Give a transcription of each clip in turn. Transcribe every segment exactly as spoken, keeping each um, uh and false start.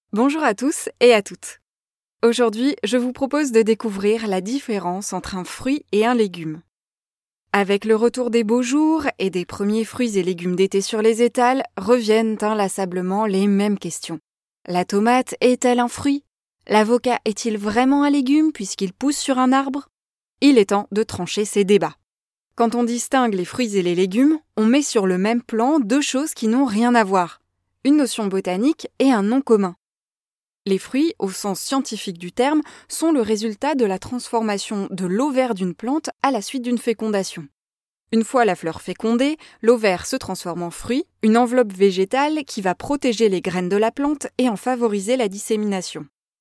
Bonjour à tous et à toutes. Aujourd'hui, je vous propose de découvrir la différence entre un fruit et un légume. Avec le retour des beaux jours et des premiers fruits et légumes d'été sur les étals, reviennent inlassablement les mêmes questions. La tomate est-elle un fruit ? L'avocat est-il vraiment un légume puisqu'il pousse sur un arbre ? Il est temps de trancher ces débats. Quand on distingue les fruits et les légumes, on met sur le même plan deux choses qui n'ont rien à voir. Une notion botanique et un nom commun. Les fruits, au sens scientifique du terme, sont le résultat de la transformation de l'ovaire d'une plante à la suite d'une fécondation. Une fois la fleur fécondée, l'ovaire se transforme en fruit, une enveloppe végétale qui va protéger les graines de la plante et en favoriser la dissémination.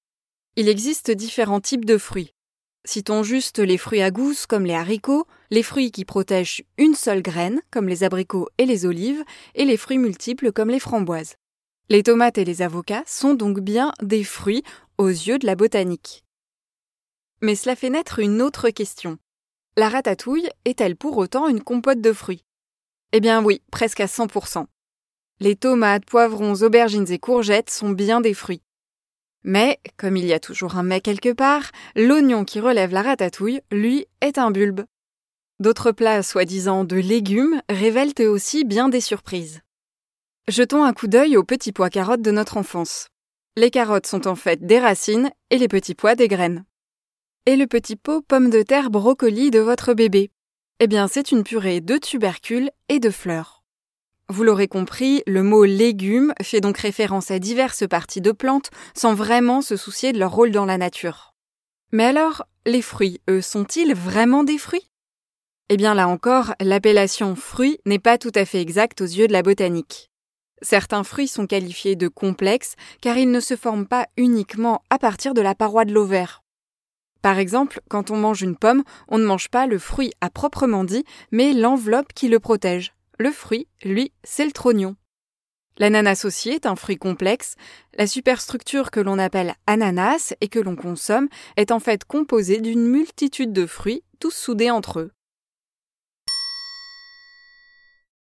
Il existe différents types de fruits. Citons juste les fruits à gousse comme les haricots, les fruits qui protègent une seule graine comme les abricots et les olives, et les fruits multiples comme les framboises. Les tomates et les avocats sont donc bien des fruits aux yeux de la botanique. Mais cela fait naître une autre question. La ratatouille est-elle pour autant une compote de fruits ? Eh bien oui, presque à cent pour cent. Les tomates, poivrons, aubergines et courgettes sont bien des fruits. Mais, comme il y a toujours un mais quelque part, l'oignon qui relève la ratatouille, lui, est un bulbe. D'autres plats soi-disant de légumes révèlent eux aussi bien des surprises. Jetons un coup d'œil aux petits pois carottes de notre enfance. Les carottes sont en fait des racines et les petits pois des graines. Et le petit pot pommes de terre brocoli de votre bébé ? Eh bien, c'est une purée de tubercules et de fleurs. Vous l'aurez compris, le mot légumes fait donc référence à diverses parties de plantes sans vraiment se soucier de leur rôle dans la nature. Mais alors, les fruits, eux, sont-ils vraiment des fruits ? Eh bien là encore, l'appellation fruit n'est pas tout à fait exacte aux yeux de la botanique. Certains fruits sont qualifiés de complexes car ils ne se forment pas uniquement à partir de la paroi de l'ovaire. Par exemple, quand on mange une pomme, on ne mange pas le fruit à proprement dit, mais l'enveloppe qui le protège. Le fruit, lui, c'est le trognon. L'ananas aussi est un fruit complexe. La superstructure que l'on appelle ananas et que l'on consomme est en fait composée d'une multitude de fruits, tous soudés entre eux.